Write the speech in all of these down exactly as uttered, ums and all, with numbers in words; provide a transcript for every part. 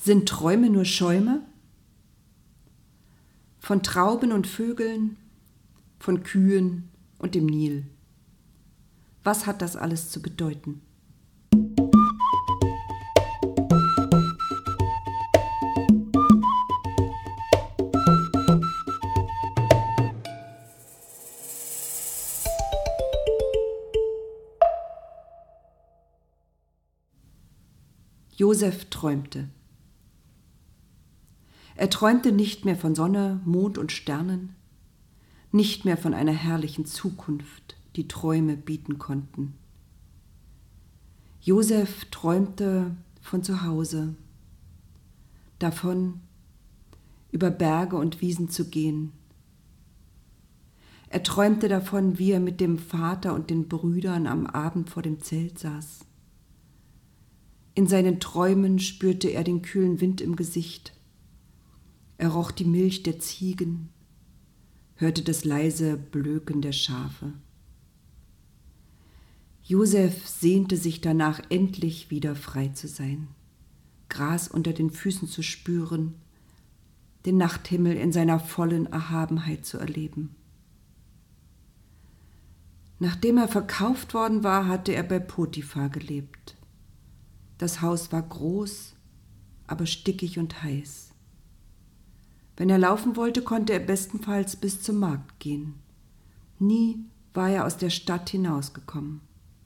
Sind Träume nur Schäume? Von Trauben und Vögeln, von Kühen und dem Nil. Was hat das alles zu bedeuten? Josef träumte. Er träumte nicht mehr von Sonne, Mond und Sternen, nicht mehr von einer herrlichen Zukunft, die Träume bieten konnten. Josef träumte von zu Hause, davon, über Berge und Wiesen zu gehen. Er träumte davon, wie er mit dem Vater und den Brüdern am Abend vor dem Zelt saß. In seinen Träumen spürte er den kühlen Wind im Gesicht. Er roch die Milch der Ziegen, hörte das leise Blöken der Schafe. Josef sehnte sich danach, endlich wieder frei zu sein, Gras unter den Füßen zu spüren, den Nachthimmel in seiner vollen Erhabenheit zu erleben. Nachdem er verkauft worden war, hatte er bei Potiphar gelebt. Das Haus war groß, aber stickig und heiß. Wenn er laufen wollte, konnte er bestenfalls bis zum Markt gehen. Nie war er aus der Stadt hinausgekommen.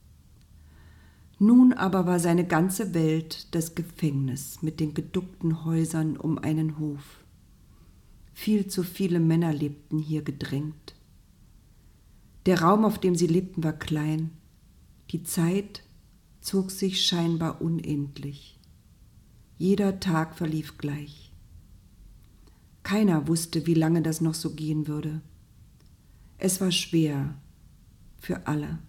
Nun aber war seine ganze Welt das Gefängnis mit den geduckten Häusern um einen Hof. Viel zu viele Männer lebten hier gedrängt. Der Raum, auf dem sie lebten, war klein. Die Zeit zog sich scheinbar unendlich. Jeder Tag verlief gleich. Keiner wusste, wie lange das noch so gehen würde. Es war schwer für alle.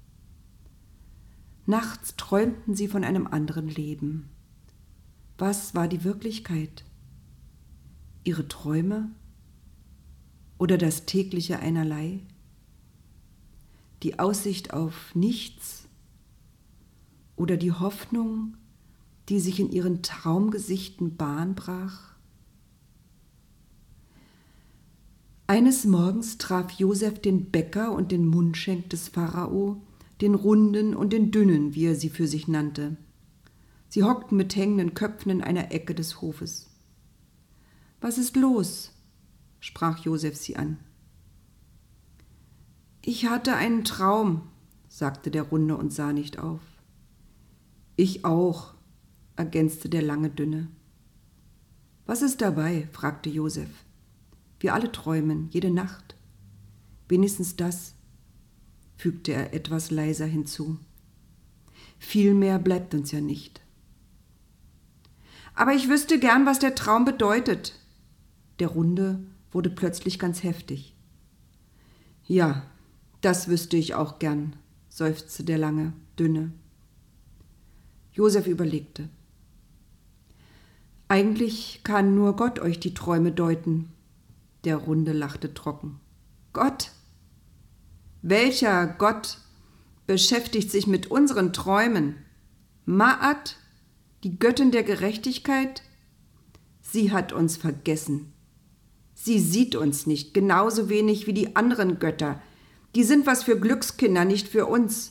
Nachts träumten sie von einem anderen Leben. Was war die Wirklichkeit? Ihre Träume oder das tägliche Einerlei? Die Aussicht auf nichts oder die Hoffnung, die sich in ihren Traumgesichten Bahn brach? Eines Morgens traf Josef den Bäcker und den Mundschenk des Pharao, den Runden und den Dünnen, wie er sie für sich nannte. Sie hockten mit hängenden Köpfen in einer Ecke des Hofes. »Was ist los?« sprach Josef sie an. »Ich hatte einen Traum«, sagte der Runde und sah nicht auf. »Ich auch«, ergänzte der lange Dünne. »Was ist dabei?« fragte Josef. »Wir alle träumen, jede Nacht. Wenigstens das«, fügte er etwas leiser hinzu. »Viel mehr bleibt uns ja nicht.« »Aber ich wüsste gern, was der Traum bedeutet.« Der Runde wurde plötzlich ganz heftig. »Ja, das wüsste ich auch gern«, seufzte der lange Dünne. Josef überlegte. »Eigentlich kann nur Gott euch die Träume deuten.« Der Runde lachte trocken. »Gott? Welcher Gott beschäftigt sich mit unseren Träumen? Ma'at, die Göttin der Gerechtigkeit? Sie hat uns vergessen. Sie sieht uns nicht, genauso wenig wie die anderen Götter. Die sind was für Glückskinder, nicht für uns.«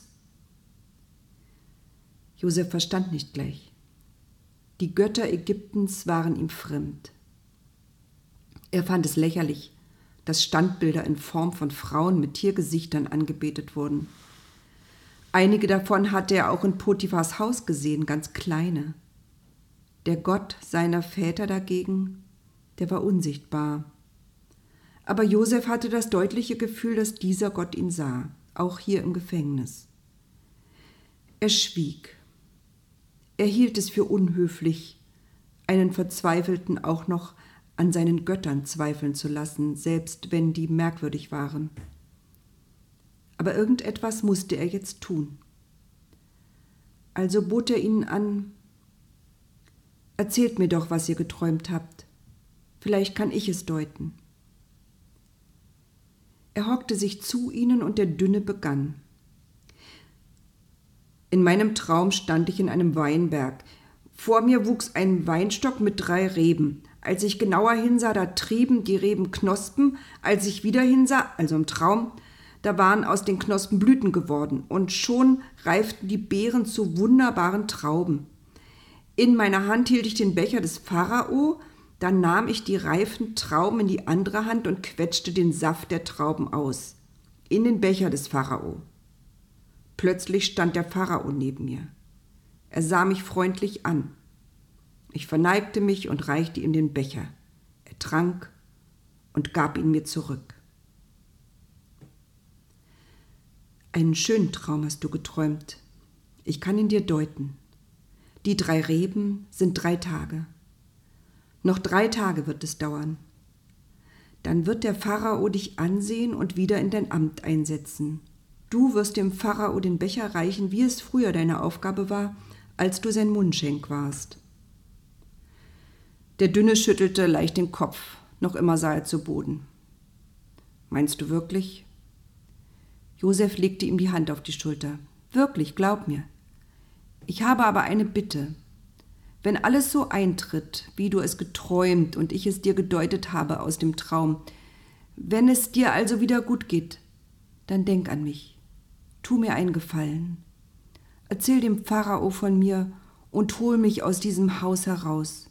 Josef verstand nicht gleich. Die Götter Ägyptens waren ihm fremd. Er fand es lächerlich, dass Standbilder in Form von Frauen mit Tiergesichtern angebetet wurden. Einige davon hatte er auch in Potiphars Haus gesehen, ganz kleine. Der Gott seiner Väter dagegen, der war unsichtbar. Aber Josef hatte das deutliche Gefühl, dass dieser Gott ihn sah, auch hier im Gefängnis. Er schwieg. Er hielt es für unhöflich, einen Verzweifelten auch noch an seinen Göttern zweifeln zu lassen, selbst wenn die merkwürdig waren. Aber irgendetwas musste er jetzt tun. Also bot er ihnen an: »Erzählt mir doch, was ihr geträumt habt. Vielleicht kann ich es deuten.« Er hockte sich zu ihnen und der Dünne begann. »In meinem Traum stand ich in einem Weinberg, Vor mir wuchs ein Weinstock mit drei Reben. Als ich genauer hinsah, da trieben die Reben Knospen. Als ich wieder hinsah, also im Traum, da waren aus den Knospen Blüten geworden. Und schon reiften die Beeren zu wunderbaren Trauben. In meiner Hand hielt ich den Becher des Pharao. Dann nahm ich die reifen Trauben in die andere Hand und quetschte den Saft der Trauben aus. In den Becher des Pharao. Plötzlich stand der Pharao neben mir. Er sah mich freundlich an. Ich verneigte mich und reichte ihm den Becher. Er trank und gab ihn mir zurück. Einen schönen Traum hast du geträumt. Ich kann ihn dir deuten. Die drei Reben sind drei Tage. Noch drei Tage wird es dauern. Dann wird der Pharao dich ansehen und wieder in dein Amt einsetzen. Du wirst dem Pharao den Becher reichen, wie es früher deine Aufgabe war, als du sein Mundschenk warst. Der Dünne schüttelte leicht den Kopf, noch immer sah er zu Boden. Meinst du wirklich? Josef legte ihm die Hand auf die Schulter. Wirklich, glaub mir. Ich habe aber eine Bitte. Wenn alles so eintritt, wie du es geträumt und ich es dir gedeutet habe aus dem Traum, wenn es dir also wieder gut geht, dann denk an mich. Tu mir einen Gefallen. Erzähl dem Pharao von mir und hol mich aus diesem Haus heraus.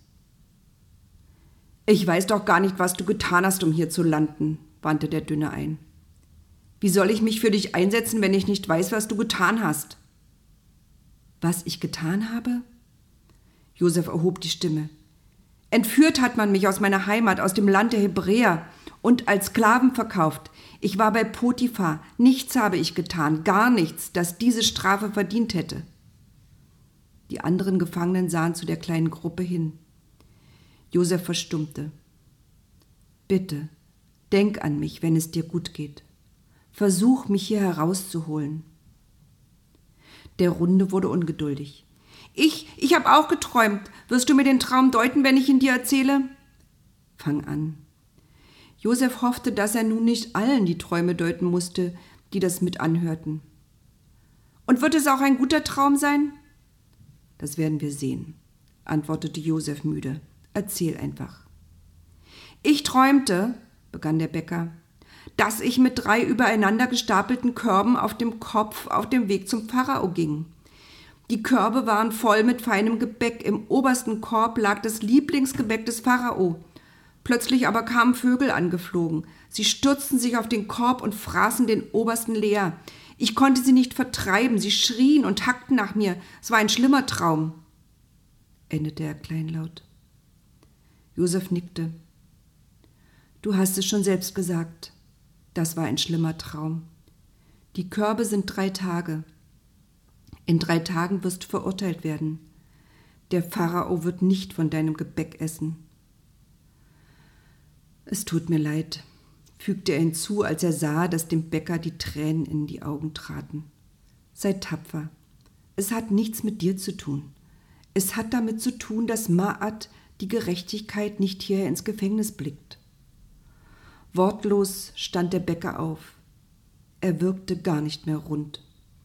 Ich weiß doch gar nicht, was du getan hast, um hier zu landen, wandte der Dünne ein. Wie soll ich mich für dich einsetzen, wenn ich nicht weiß, was du getan hast? Was ich getan habe? Josef erhob die Stimme. Entführt hat man mich aus meiner Heimat, aus dem Land der Hebräer und als Sklaven verkauft. Ich war bei Potiphar. Nichts habe ich getan, gar nichts, das diese Strafe verdient hätte. Die anderen Gefangenen sahen zu der kleinen Gruppe hin. Josef verstummte. Bitte, denk an mich, wenn es dir gut geht. Versuch, mich hier herauszuholen. Der Runde wurde ungeduldig. Ich, ich habe auch geträumt. Wirst du mir den Traum deuten, wenn ich ihn dir erzähle? Fang an. Josef hoffte, dass er nun nicht allen die Träume deuten musste, die das mit anhörten. Und wird es auch ein guter Traum sein? Das werden wir sehen, antwortete Josef müde. Erzähl einfach. Ich träumte, begann der Bäcker, dass ich mit drei übereinander gestapelten Körben auf dem Kopf auf dem Weg zum Pharao ging. Die Körbe waren voll mit feinem Gebäck. Im obersten Korb lag das Lieblingsgebäck des Pharao. Plötzlich aber kamen Vögel angeflogen. Sie stürzten sich auf den Korb und fraßen den obersten leer. Ich konnte sie nicht vertreiben. Sie schrien und hackten nach mir. Es war ein schlimmer Traum, endete er kleinlaut. Josef nickte. Du hast es schon selbst gesagt. Das war ein schlimmer Traum. Die Körbe sind drei Tage. In drei Tagen wirst du verurteilt werden. Der Pharao wird nicht von deinem Gebäck essen. Es tut mir leid, fügte er hinzu, als er sah, dass dem Bäcker die Tränen in die Augen traten. Sei tapfer. Es hat nichts mit dir zu tun. Es hat damit zu tun, dass Ma'at die Gerechtigkeit nicht hierher ins Gefängnis blickt. Wortlos stand der Bäcker auf. Er wirkte gar nicht mehr rund.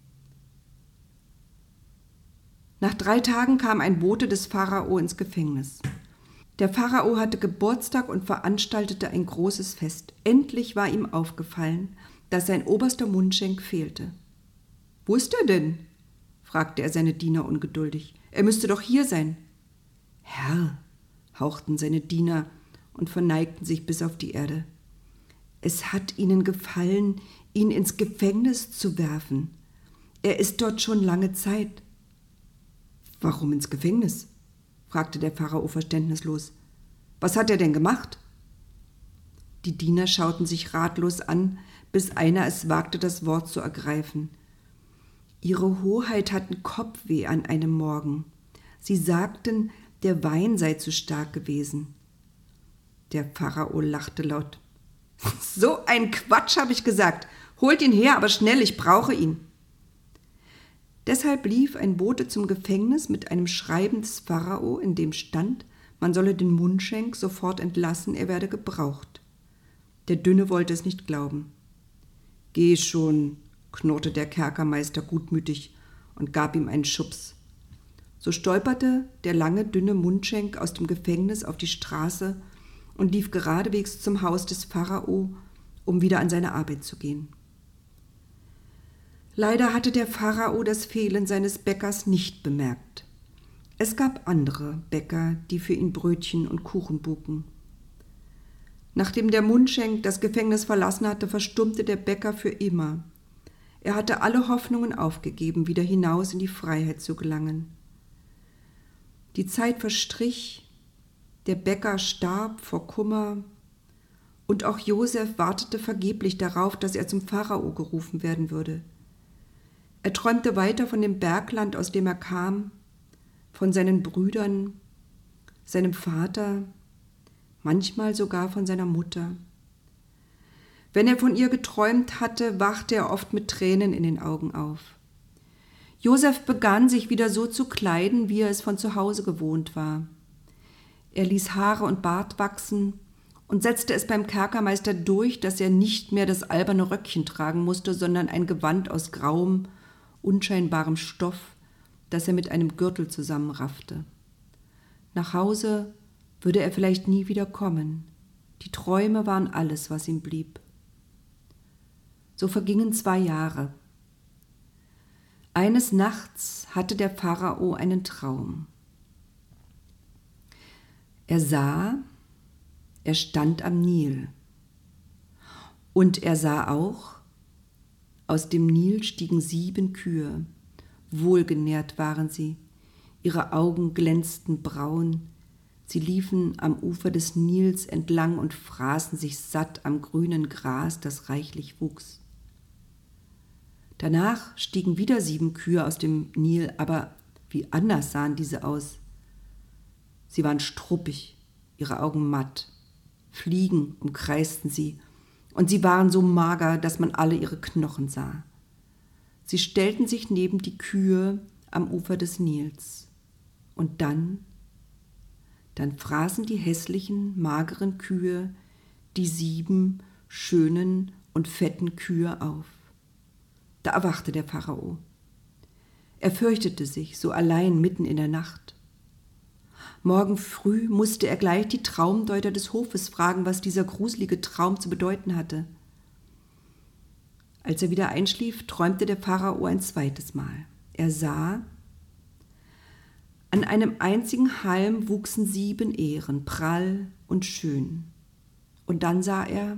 Nach drei Tagen kam ein Bote des Pharao ins Gefängnis. Der Pharao hatte Geburtstag und veranstaltete ein großes Fest. Endlich war ihm aufgefallen, dass sein oberster Mundschenk fehlte. »Wo ist er denn?« fragte er seine Diener ungeduldig. »Er müsste doch hier sein.« »Herr«, hauchten seine Diener und verneigten sich bis auf die Erde. »Es hat ihnen gefallen, ihn ins Gefängnis zu werfen. Er ist dort schon lange Zeit.« »Warum ins Gefängnis?« fragte der Pharao verständnislos. »Was hat er denn gemacht?« Die Diener schauten sich ratlos an, bis einer es wagte, das Wort zu ergreifen. Ihre Hoheit hatten Kopfweh an einem Morgen. Sie sagten, der Wein sei zu stark gewesen. Der Pharao lachte laut. »So ein Quatsch, habe ich gesagt. Holt ihn her, aber schnell, ich brauche ihn.« Deshalb lief ein Bote zum Gefängnis mit einem Schreiben des Pharao, in dem stand, man solle den Mundschenk sofort entlassen, er werde gebraucht. Der Dünne wollte es nicht glauben. »Geh schon«, knurrte der Kerkermeister gutmütig und gab ihm einen Schubs. So stolperte der lange, dünne Mundschenk aus dem Gefängnis auf die Straße und lief geradewegs zum Haus des Pharao, um wieder an seine Arbeit zu gehen. Leider hatte der Pharao das Fehlen seines Bäckers nicht bemerkt. Es gab andere Bäcker, die für ihn Brötchen und Kuchen buken. Nachdem der Mundschenk das Gefängnis verlassen hatte, verstummte der Bäcker für immer. Er hatte alle Hoffnungen aufgegeben, wieder hinaus in die Freiheit zu gelangen. Die Zeit verstrich, der Bäcker starb vor Kummer und auch Josef wartete vergeblich darauf, dass er zum Pharao gerufen werden würde. Er träumte weiter von dem Bergland, aus dem er kam, von seinen Brüdern, seinem Vater, manchmal sogar von seiner Mutter. Wenn er von ihr geträumt hatte, wachte er oft mit Tränen in den Augen auf. Josef begann, sich wieder so zu kleiden, wie er es von zu Hause gewohnt war. Er ließ Haare und Bart wachsen und setzte es beim Kerkermeister durch, dass er nicht mehr das alberne Röckchen tragen musste, sondern ein Gewand aus grauem, unscheinbarem Stoff, das er mit einem Gürtel zusammenraffte. Nach Hause würde er vielleicht nie wieder kommen. Die Träume waren alles, was ihm blieb. So vergingen zwei Jahre. Eines Nachts hatte der Pharao einen Traum. Er sah, er stand am Nil. Und er sah auch, aus dem Nil stiegen sieben Kühe. Wohlgenährt waren sie, ihre Augen glänzten braun. Sie liefen am Ufer des Nils entlang und fraßen sich satt am grünen Gras, das reichlich wuchs. Danach stiegen wieder sieben Kühe aus dem Nil, aber wie anders sahen diese aus. Sie waren struppig, ihre Augen matt. Fliegen umkreisten sie, und sie waren so mager, dass man alle ihre Knochen sah. Sie stellten sich neben die Kühe am Ufer des Nils. Und dann, dann fraßen die hässlichen, mageren Kühe die sieben schönen und fetten Kühe auf. Da erwachte der Pharao. Er fürchtete sich, so allein mitten in der Nacht. Morgen früh musste er gleich die Traumdeuter des Hofes fragen, was dieser gruselige Traum zu bedeuten hatte. Als er wieder einschlief, träumte der Pharao ein zweites Mal. Er sah, an einem einzigen Halm wuchsen sieben Ähren, prall und schön. Und dann sah er,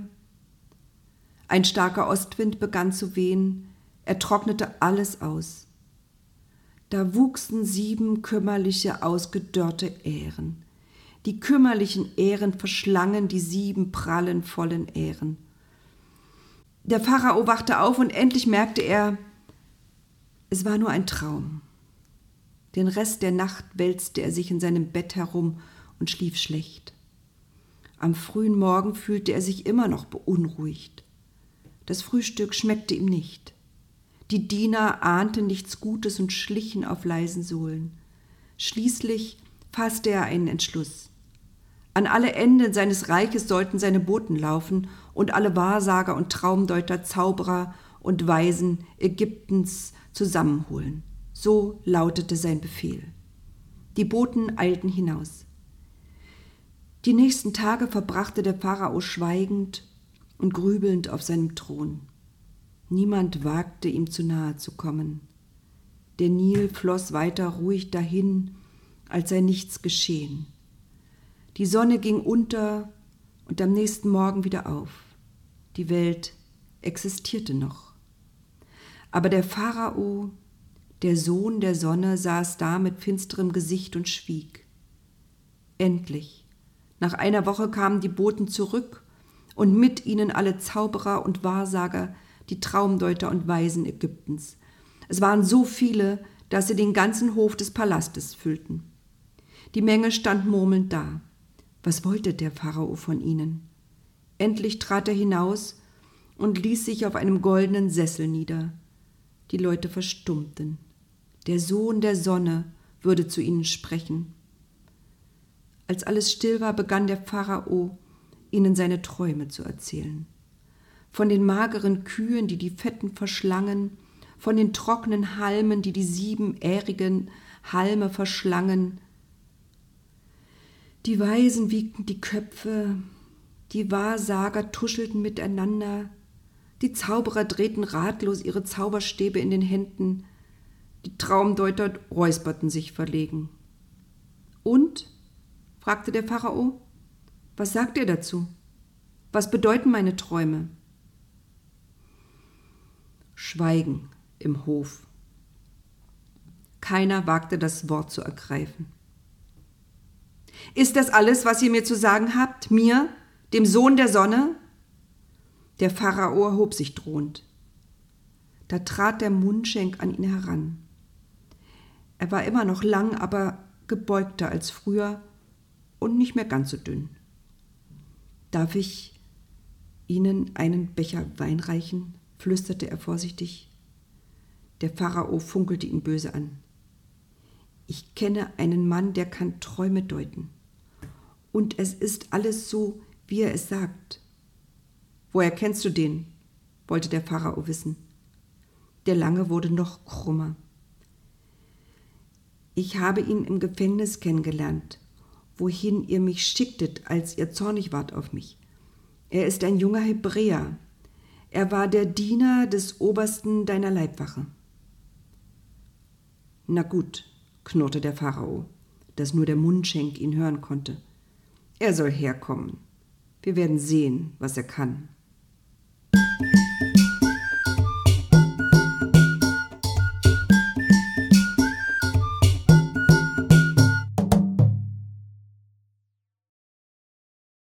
ein starker Ostwind begann zu wehen, er trocknete alles aus. Da wuchsen sieben kümmerliche, ausgedörrte Ähren. Die kümmerlichen Ähren verschlangen die sieben prallen, vollen Ähren. Der Pharao wachte auf und endlich merkte er, es war nur ein Traum. Den Rest der Nacht wälzte er sich in seinem Bett herum und schlief schlecht. Am frühen Morgen fühlte er sich immer noch beunruhigt. Das Frühstück schmeckte ihm nicht. Die Diener ahnten nichts Gutes und schlichen auf leisen Sohlen. Schließlich fasste er einen Entschluss. An alle Enden seines Reiches sollten seine Boten laufen und alle Wahrsager und Traumdeuter, Zauberer und Weisen Ägyptens zusammenholen. So lautete sein Befehl. Die Boten eilten hinaus. Die nächsten Tage verbrachte der Pharao schweigend und grübelnd auf seinem Thron. Niemand wagte, ihm zu nahe zu kommen. Der Nil floss weiter ruhig dahin, als sei nichts geschehen. Die Sonne ging unter und am nächsten Morgen wieder auf. Die Welt existierte noch. Aber der Pharao, der Sohn der Sonne, saß da mit finsterem Gesicht und schwieg. Endlich, nach einer Woche kamen die Boten zurück und mit ihnen alle Zauberer und Wahrsager, die Traumdeuter und Weisen Ägyptens. Es waren so viele, dass sie den ganzen Hof des Palastes füllten. Die Menge stand murmelnd da. Was wollte der Pharao von ihnen? Endlich trat er hinaus und ließ sich auf einem goldenen Sessel nieder. Die Leute verstummten. Der Sohn der Sonne würde zu ihnen sprechen. Als alles still war, begann der Pharao, ihnen seine Träume zu erzählen. Von den mageren Kühen, die die Fetten verschlangen, von den trockenen Halmen, die die sieben ährigen Halme verschlangen. Die Weisen wiegten die Köpfe, die Wahrsager tuschelten miteinander, die Zauberer drehten ratlos ihre Zauberstäbe in den Händen, die Traumdeuter räusperten sich verlegen. »Und?« fragte der Pharao. »Was sagt ihr dazu? Was bedeuten meine Träume?« Schweigen im Hof. Keiner wagte das Wort zu ergreifen. »Ist das alles, was ihr mir zu sagen habt, mir, dem Sohn der Sonne?« Der Pharao erhob sich drohend. Da trat der Mundschenk an ihn heran. Er war immer noch lang, aber gebeugter als früher und nicht mehr ganz so dünn. »Darf ich Ihnen einen Becher Wein reichen?« flüsterte er vorsichtig. Der Pharao funkelte ihn böse an. »Ich kenne einen Mann, der kann Träume deuten. Und es ist alles so, wie er es sagt.« »Woher kennst du den?« wollte der Pharao wissen. Der Lange wurde noch krummer. »Ich habe ihn im Gefängnis kennengelernt, wohin ihr mich schicktet, als ihr zornig wart auf mich. Er ist ein junger Hebräer. Er war der Diener des Obersten deiner Leibwache.« »Na gut«, knurrte der Pharao, dass nur der Mundschenk ihn hören konnte. »Er soll herkommen. Wir werden sehen, was er kann.«